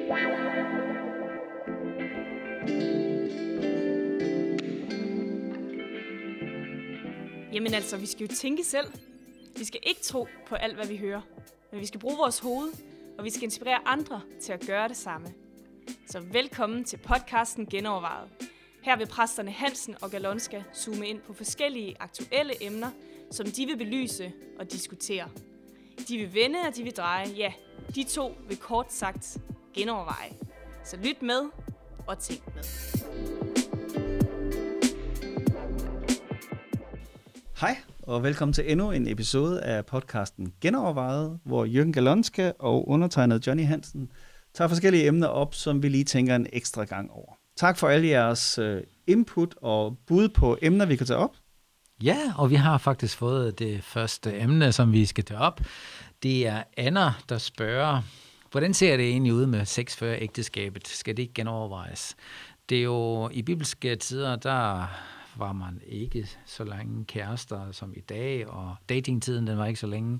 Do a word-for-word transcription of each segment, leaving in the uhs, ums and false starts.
Jamen altså, vi skal jo tænke selv. Vi skal ikke tro på alt, hvad vi hører. Men vi skal bruge vores hoved, og vi skal inspirere andre til at gøre det samme. Så velkommen til podcasten Genovervejet. Her vil præsterne Hansen og Galonska zoome ind på forskellige aktuelle emner, som de vil belyse og diskutere. De vil vende, og de vil dreje. Ja, de to vil kort sagt genoverveje. Så lyt med og tænk med. Hej, og velkommen til endnu en episode af podcasten Genovervejet, hvor Jürgen Galonska og undertegnet Johnny Hansen tager forskellige emner op, som vi lige tænker en ekstra gang over. Tak for alle jeres input og bud på emner, vi kan tage op. Ja, og vi har faktisk fået det første emne, som vi skal tage op. Det er Anna, der spørger, hvordan ser det egentlig ud med sex før ægteskabet? Skal det ikke genovervejes? Det er jo i bibelske tider, der var man ikke så længe kærester som i dag, og datingtiden den var ikke så længe.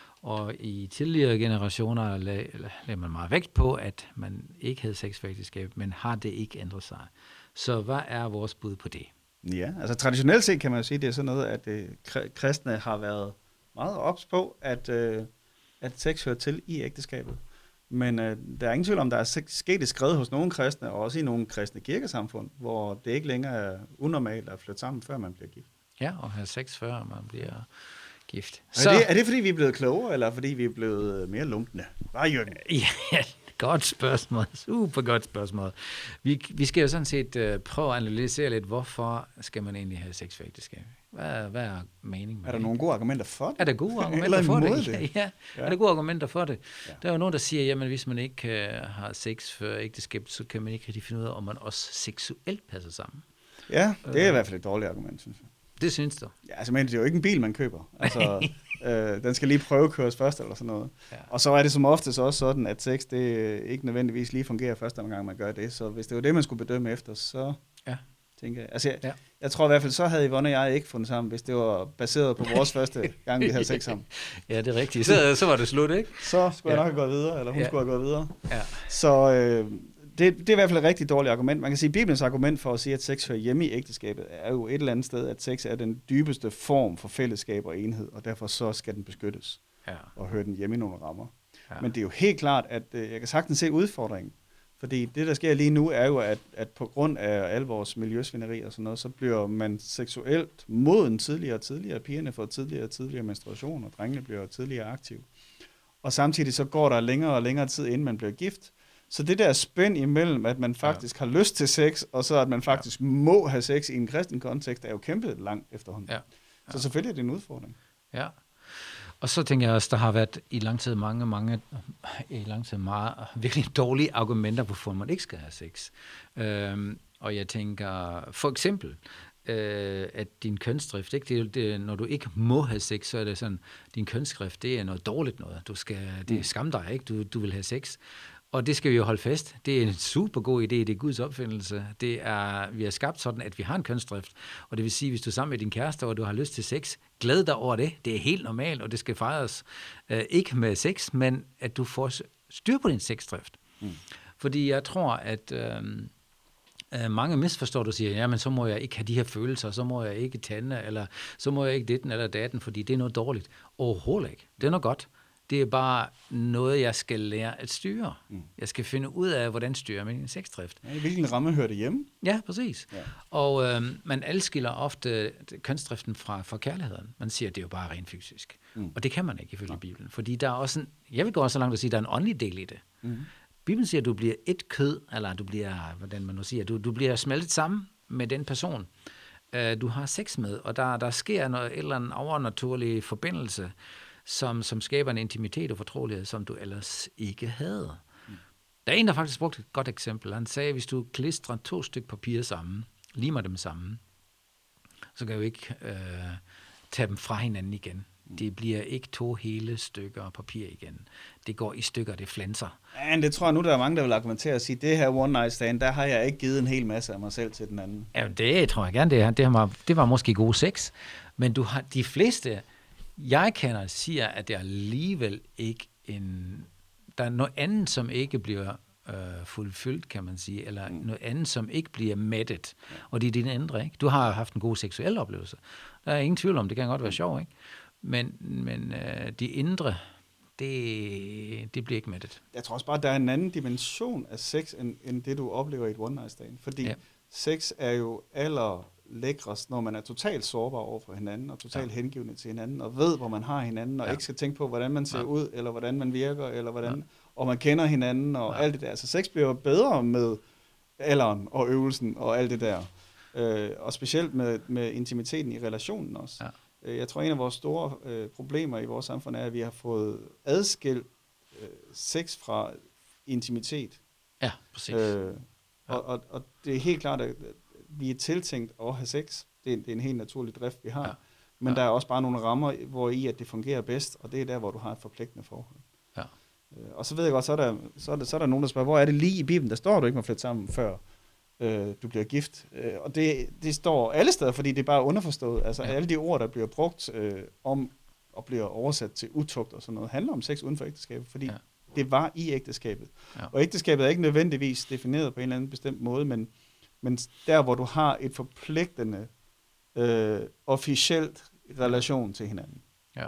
Og i tidligere generationer lagde, lagde man meget vægt på, at man ikke havde sex før ægteskabet, men har det ikke ændret sig. Så hvad er vores bud på det? Ja, altså traditionelt set kan man jo sige, at det er sådan noget, at øh, kristne har været meget ops på, at, øh, at sex hører til i ægteskabet. Men øh, der er ingen tvivl om, der er sket et skred hos nogle kristne, og også i nogle kristne kirkesamfund, hvor det ikke længere er unormalt at flytte sammen, før man bliver gift. Ja, og have sex før man bliver gift. Så. Er, det, er det, fordi vi er blevet klogere, eller fordi vi er blevet mere lumpne? Hvad, Jørgen? Ja, godt spørgsmål. Super godt spørgsmål. Vi, vi skal jo sådan set uh, prøve at analysere lidt, hvorfor skal man egentlig have sex for ægteskab? Hvad, hvad er meningen med Er der det? nogle gode argumenter for det? Er der gode argumenter for det? det? Ja, ja. ja, er der gode argumenter for det? Ja. Der er jo nogen, der siger, jamen hvis man ikke uh, har sex før ægteskab, så kan man ikke rigtig finde ud af, om man også seksuelt passer sammen. Ja, det er uh, i hvert fald et dårligt argument, synes jeg. Det synes du? Ja, altså, men det er jo ikke en bil, man køber. Altså, øh, den skal lige prøvekøres først, eller sådan noget. Ja. Og så er det som oftest også sådan, at sex, det ikke nødvendigvis lige fungerer første gang, man gør det. Så hvis det var det, man skulle bedømme efter, så ja. tænker jeg... Altså, jeg, ja. jeg tror i hvert fald, så havde Yvonne og jeg ikke fundet sammen, hvis det var baseret på vores første gang, vi havde sex sammen. Ja, det er rigtigt. Så, så var det slut, ikke? Så skulle ja. jeg nok have gået videre, eller hun ja. skulle have gået videre. Ja. Så... Øh, Det, det er i hvert fald et rigtig dårligt argument. Man kan sige, at Bibelens argument for at sige, at sex hører hjemme i ægteskabet, er jo et eller andet sted, at sex er den dybeste form for fællesskab og enhed, og derfor så skal den beskyttes ja. og høre den hjemme i nogle rammer. Ja. Men det er jo helt klart, at øh, jeg kan sagtens se udfordringen, fordi det, der sker lige nu, er jo, at, at på grund af al vores miljøsvineri og sådan noget, så bliver man seksuelt moden tidligere og tidligere. Pigerne får tidligere og tidligere menstruation, og drengene bliver tidligere aktive. Og samtidig så går der længere og længere tid, inden man bliver gift. Så det der spænd imellem, at man faktisk ja. har lyst til sex, og så at man faktisk ja. må have sex i en kristen kontekst, er jo kæmpe langt efterhånden. Ja. Ja. Så selvfølgelig er det en udfordring. Ja. Og så tænker jeg også, der har været i lang tid mange, mange, i lang tid meget virkelig dårlige argumenter, hvorfor man ikke skal have sex. Øhm, og jeg tænker, for eksempel, øh, at din kønsdrift, ikke? Det, det, når du ikke må have sex, så er det sådan, din kønsdrift, det er noget dårligt noget. Du skal, det er skam dig, ikke? Du, du vil have sex. Og det skal vi jo holde fast. Det er en super god idé. Det er Guds opfindelse. Det er, vi har skabt sådan, at vi har en kønsdrift. Og det vil sige, hvis du er sammen med din kæreste, og du har lyst til sex, glæd dig over det. Det er helt normalt, og det skal fejres. Uh, ikke med sex, men at du får styr på din sexdrift. Mm. Fordi jeg tror, at uh, mange misforstår, du siger, ja, men så må jeg ikke have de her følelser, så må jeg ikke tænde, eller så må jeg ikke ditten eller datten, fordi det er noget dårligt. Overhovedet ikke. Det er noget godt. Det er bare noget, jeg skal lære at styre. Mm. Jeg skal finde ud af, hvordan styrer min sexdrift. Ja, i hvilken ramme hører det hjemme? Ja, præcis. Ja. Og øh, man adskiller ofte kønsdriften fra, fra kærligheden. Man siger, at det er jo bare rent fysisk. Mm. Og det kan man ikke ifølge ja. Bibelen. Fordi der er også en, jeg vil gå også så langt at sige, at der er en åndelig del i det. Mm. Bibelen siger, at du bliver et kød, eller du bliver, hvordan man nu siger, du, du bliver smeltet sammen med den person, øh, du har sex med. Og der, der sker noget, et eller andet overnaturlig forbindelse, Som, som skaber en intimitet og fortrolighed, som du ellers ikke havde. Mm. Der er en, der faktisk brugte et godt eksempel. Han sagde, hvis du klistrer to stykker papir sammen, limer dem sammen, så kan du ikke øh, tage dem fra hinanden igen. Mm. Det bliver ikke to hele stykker papir igen. Det går i stykker, det flanser. Ja, det tror jeg nu, der er mange, der vil argumentere og sige, det her one night stand, der har jeg ikke givet en hel masse af mig selv til den anden. Ja, det tror jeg gerne, det er. Det var, det var måske god sex, men du har de fleste... Jeg kender siger, at det alligevel ikke en... Der er noget andet, som ikke bliver øh, fuldfyldt, kan man sige, eller mm. noget andet, som ikke bliver mættet. Ja. Og det er dine indre, ikke? Du har haft en god seksuel oplevelse. Der er ingen tvivl om, det kan godt være sjovt, ikke? Men, men øh, de indre, det, det bliver ikke mættet. Jeg tror også bare, at der er en anden dimension af sex, end, end det, du oplever i et one night stand. Fordi ja. sex er jo aller lækrest, når man er totalt sårbar over for hinanden, og totalt ja. hengivende til hinanden, og ved, hvor man har hinanden, og ja. ikke skal tænke på, hvordan man ser ja. ud, eller hvordan man virker, eller hvordan, ja. og man kender hinanden, og ja. alt det der. Så sex bliver bedre med alderen og øvelsen, og alt det der. Øh, og specielt med, med intimiteten i relationen også. Ja. Jeg tror, en af vores store øh, problemer i vores samfund er, at vi har fået adskilt øh, sex fra intimitet. Ja, præcis. Øh, ja. og, og, og det er helt klart, at vi er tiltænkt at have sex. Det er, det er en helt naturlig drift, vi har. Ja. Men ja. der er også bare nogle rammer, hvor i at det fungerer bedst, og det er der, hvor du har et forpligtende forhold. Ja. Øh, og så ved jeg godt, så er, der, så, er der, så er der nogen, der spørger, hvor er det lige i Bibelen, der står, du ikke må flytte sammen, før øh, du bliver gift. Øh, og det, det står alle steder, fordi det er bare underforstået. Altså ja. alle de ord, der bliver brugt øh, om og bliver oversat til utugt og sådan noget, handler om sex uden for ægteskabet, fordi ja. det var i ægteskabet. Ja. Og ægteskabet er ikke nødvendigvis defineret på en eller anden bestemt måde, men Men der, hvor du har et forpligtende, øh, officielt relation til hinanden. Ja.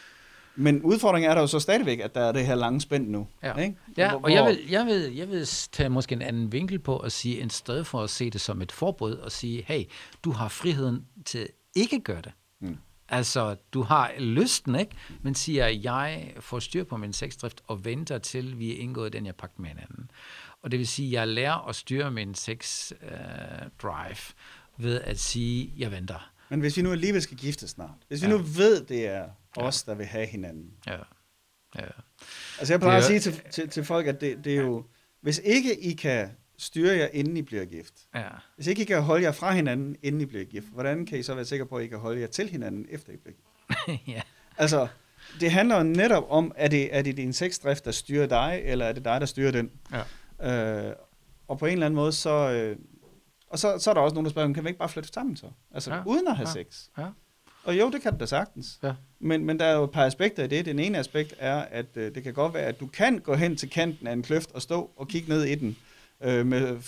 Men udfordringen er der jo så stadigvæk, at der er det her lange spænd nu. Ja, ikke? ja og jeg vil, jeg, vil, jeg vil tage måske en anden vinkel på at sige, en sted for at se det som et forbud, og sige, hey, du har friheden til ikke at gøre det. Mm. Altså, du har lysten, ikke? Men siger, jeg får styr på min sexdrift og venter til, vi er indgået den her pagt med hinanden. Og det vil sige, at jeg lærer at styre min sex uh, drive ved at sige, jeg venter. Men hvis vi nu alligevel skal gifte snart, hvis vi ja. nu ved, det er os, der vil have hinanden. Ja. Ja. Altså jeg plejer at sige til, til, til folk, at det, det er jo, hvis ikke I kan styre jer, inden I bliver gift, ja. hvis ikke I kan holde jer fra hinanden, inden I bliver gift, hvordan kan I så være sikre på, at I kan holde jer til hinanden, efter I bliver gift? ja. Altså, det handler jo netop om, er det, er det din sexdrift, der styrer dig, eller er det dig, der styrer den? Ja. Øh, og på en eller anden måde, så, øh, og så, så er der også nogen, der spørger, kan vi ikke bare flytte sammen så? Altså, ja. uden at have ja. sex. Ja. Og jo, det kan du da sagtens. Ja. Men, men der er jo et par aspekter i det. Den ene aspekt er, at øh, det kan godt være, at du kan gå hen til kanten af en kløft og stå og kigge ned i den, øh, med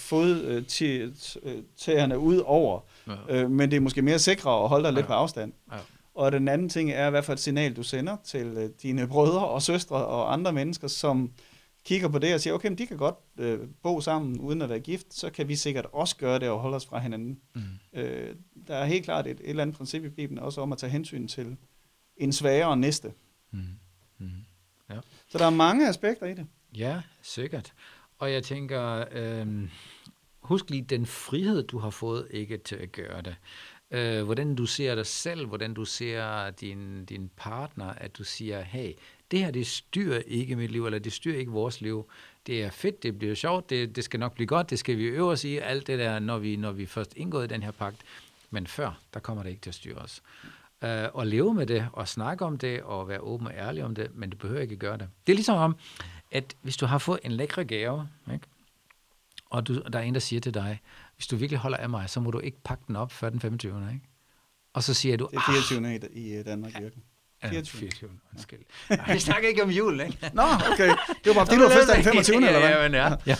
fodtæerne ud over. Ja. Øh, men det er måske mere sikre at holde dig ja. lidt på afstand. Ja. Og den anden ting er, hvad for et signal du sender til øh, dine brødre og søstre og andre mennesker, som kigger på det og siger, okay, men de kan godt øh, bo sammen uden at være gift, så kan vi sikkert også gøre det og holde os fra hinanden. Mm. Øh, der er helt klart et, et eller andet princip i Bibelen også om at tage hensyn til en svagere næste. Mm. Mm. Ja. Så der er mange aspekter i det. Ja, sikkert. Og jeg tænker, øh, husk lige den frihed, du har fået ikke til at gøre det. Øh, hvordan du ser dig selv, hvordan du ser din, din partner, at du siger, hey, det her, det styrer ikke mit liv, eller det styrer ikke vores liv. Det er fedt, det bliver sjovt, det, det skal nok blive godt, det skal vi øve os i, alt det der, når vi, når vi først indgår i den her pagt. Men før, der kommer det ikke til at styre os. Uh, og leve med det, og snakke om det, og være åben og ærlig om det, men du behøver ikke gøre det. Det er ligesom om, at hvis du har fået en lækre gave, ikke? Og du, der er en, der siger til dig, hvis du virkelig holder af mig, så må du ikke pakke den op før den femogtyvende, ikke? Og så siger du, det er fireogtyvende ah, i Danmark, Jørgen. fireogtyvende. fireogtyvende, undskyld. Nej, vi snakker ikke om jul, ikke? Nå, okay. Det var bare, fordi du var først den femogtyvende, eller hvad? Ja, men ja. ja,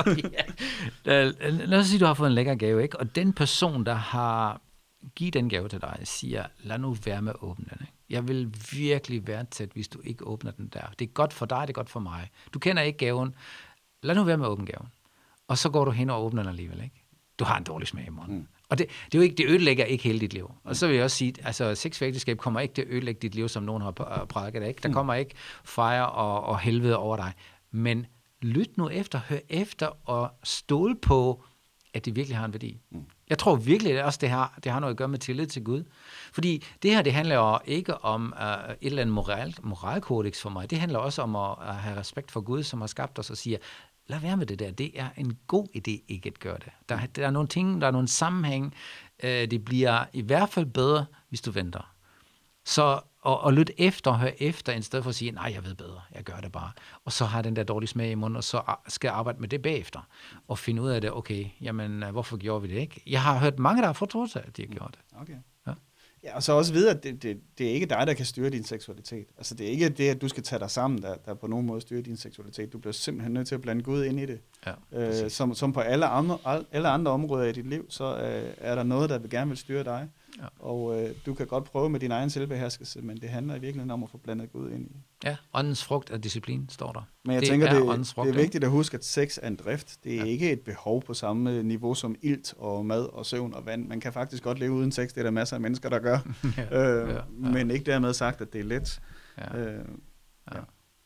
ja, ja. Lad os sige, du har fået en lækker gave, ikke? Og den person, der har givet den gave til dig, siger, lad nu være med at åbne den, ikke? Jeg vil virkelig værdsætte, hvis du ikke åbner den der. Det er godt for dig, det er godt for mig. Du kender ikke gaven. Lad nu være med at åbne gaven. Og så går du hen og åbner den alligevel, ikke? Du har en dårlig smag i munden. Mm. Og det, det, er jo ikke, det ødelægger ikke hele dit liv. Og så vil jeg også sige, altså sex for ægteskab kommer ikke til at ødelægge dit liv, som nogen har prædiket det, ikke? Der kommer ikke fejre og, og helvede over dig. Men lyt nu efter, hør efter og stol på, at det virkelig har en værdi. Mm. Jeg tror virkelig, at også det har, det har noget at gøre med tillid til Gud. Fordi det her, det handler jo ikke om uh, et eller andet moral, moralkodex for mig. Det handler også om at uh, have respekt for Gud, som har skabt os og siger, lad være med det der. Det er en god idé ikke at gøre det. Der, der er nogle ting, der er nogle sammenhæng. Øh, det bliver i hvert fald bedre, hvis du venter. Så og, og lyt efter og hør efter, i stedet for at sige, nej, jeg ved bedre, jeg gør det bare. Og så har den der dårlige smag i munden, og så skal jeg arbejde med det bagefter. Og finde ud af det, okay, jamen, hvorfor gjorde vi det ikke? Jeg har hørt mange, der har fortrudt sig, at de har gjort det. Okay. Ja. Ja, og så også videre, at det, det, det er ikke dig, der kan styre din seksualitet. Altså det er ikke det, at du skal tage dig sammen, der, der på nogen måde styrer din seksualitet. Du bliver simpelthen nødt til at blande Gud ind i det. Ja, øh, som, som på alle andre, alle andre områder i dit liv, så øh, er der noget, der vil gerne vil styre dig. Ja. Og øh, du kan godt prøve med din egen selvbeherskelse, men det handler i virkeligheden om at få blandet Gud ind i. Ja, åndens frugt af disciplin, står der. Men jeg det tænker, er det, det er vigtigt at huske, at sex er en drift. Det er ja. ikke et behov på samme niveau som ilt og mad og søvn og vand. Man kan faktisk godt leve uden sex. Det er der masser af mennesker, der gør. ja, øh, ja, ja. Men ikke dermed sagt, at det er let. Ja. Øh, ja.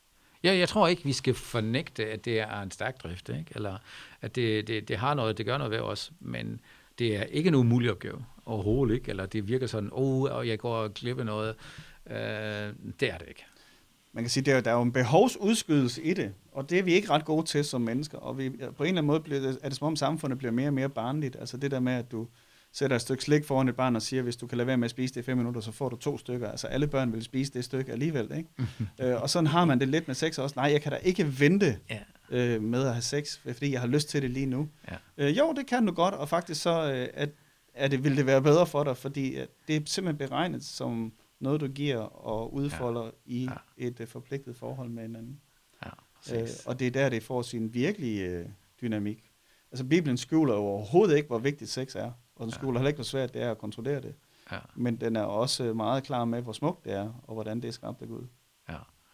Ja, jeg tror ikke, vi skal fornægte, at det er en stærk drift, ikke? Eller at det, det, det har noget, det gør noget ved os, men det er ikke en umulig opgave overhovedet, ikke? Eller det virker sådan, åh, oh, jeg går og glipper noget. Øh, det er det ikke. Man kan sige, der, der er jo en behovsudskydelse i det, og det er vi ikke ret gode til som mennesker. Og vi, på en eller anden måde bliver det, er det som om samfundet bliver mere og mere barnligt. Altså det der med, at du sætter et stykke slik foran et barn og siger, hvis du kan lade være med at spise det i fem minutter, så får du to stykker. Altså alle børn vil spise det stykke alligevel, ikke? øh, og sådan har man det lidt med sex også. Nej, jeg kan da ikke vente ja. øh, med at have sex, fordi jeg har lyst til det lige nu. Ja. Øh, jo, det kan du godt, og faktisk så øh, at, at det, vil det være bedre for dig, fordi at det er simpelthen beregnet som noget, du giver og udfolder ja. i ja. et uh, forpligtet forhold med hinanden. Ja, øh, og det er der, det får sin virkelige uh, dynamik. Altså Bibelen skjuler jo overhovedet ikke, hvor vigtigt sex er, og den skjuler ja. heller ikke, hvor svært det er at kontrollere det. Ja. Men den er også meget klar med, hvor smukt det er, og hvordan det er skabt af Gud. Ja.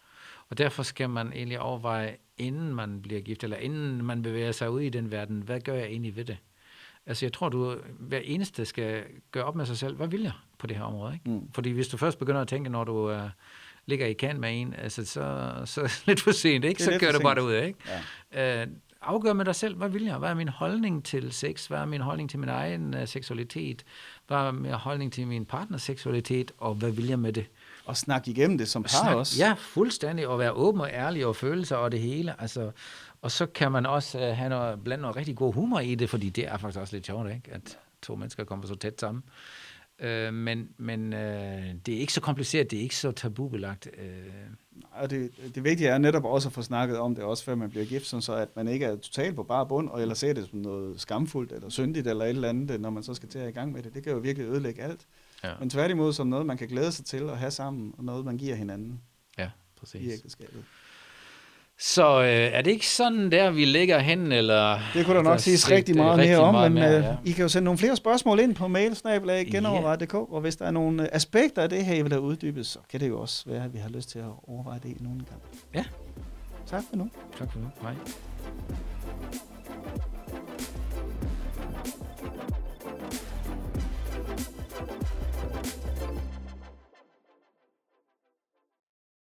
Og derfor skal man egentlig overveje, inden man bliver gift, eller inden man bevæger sig ud i den verden, hvad gør jeg egentlig ved det? Altså jeg tror, du hver eneste skal gøre op med sig selv, hvad vil jeg på det her område? Ikke? Mm. Fordi hvis du først begynder at tænke, når du uh, ligger i kan med en, altså, så, så er det lidt for sent, ikke? Så gør det bare derud, ikke? Ja. Uh, afgør med dig selv, hvad vil jeg? Hvad er min holdning til sex? Hvad er min holdning til min egen uh, seksualitet? Hvad er min holdning til min partners seksualitet? Og hvad vil jeg med det? Og snakke igennem det som par også. Ja, fuldstændig. Og være åben og ærlig og følelser og det hele. Altså, og så kan man også uh, have noget, blande noget rigtig god humor i det, fordi det er faktisk også lidt sjovt, ikke? At to mennesker kommer så tæt sammen. Uh, men men uh, det er ikke så kompliceret, det er ikke så tabubelagt. Uh. Og det, det vigtige er netop også at få snakket om det, også før man bliver gift, så at man ikke er totalt på bare bund, og eller ser det som noget skamfuldt eller syndigt eller et eller andet, når man så skal til at i gang med det. Det kan jo virkelig ødelægge alt. Ja. Men tværtimod som noget, man kan glæde sig til at have sammen, og noget, man giver hinanden. Ja, præcis. I ægteskabet. Så øh, er det ikke sådan der, vi ligger hen, eller... Det kunne der nok siges rigtig meget mere om, men mere, ja. I kan jo sende nogle flere spørgsmål ind på mail snabel-a genovervejet punktum d k, og hvis der er nogle aspekter af det her, I vil have uddybet, så kan det jo også være, at vi har lyst til at overveje det i nogen gang. Ja. Tak for nu. Tak for nu. Hej.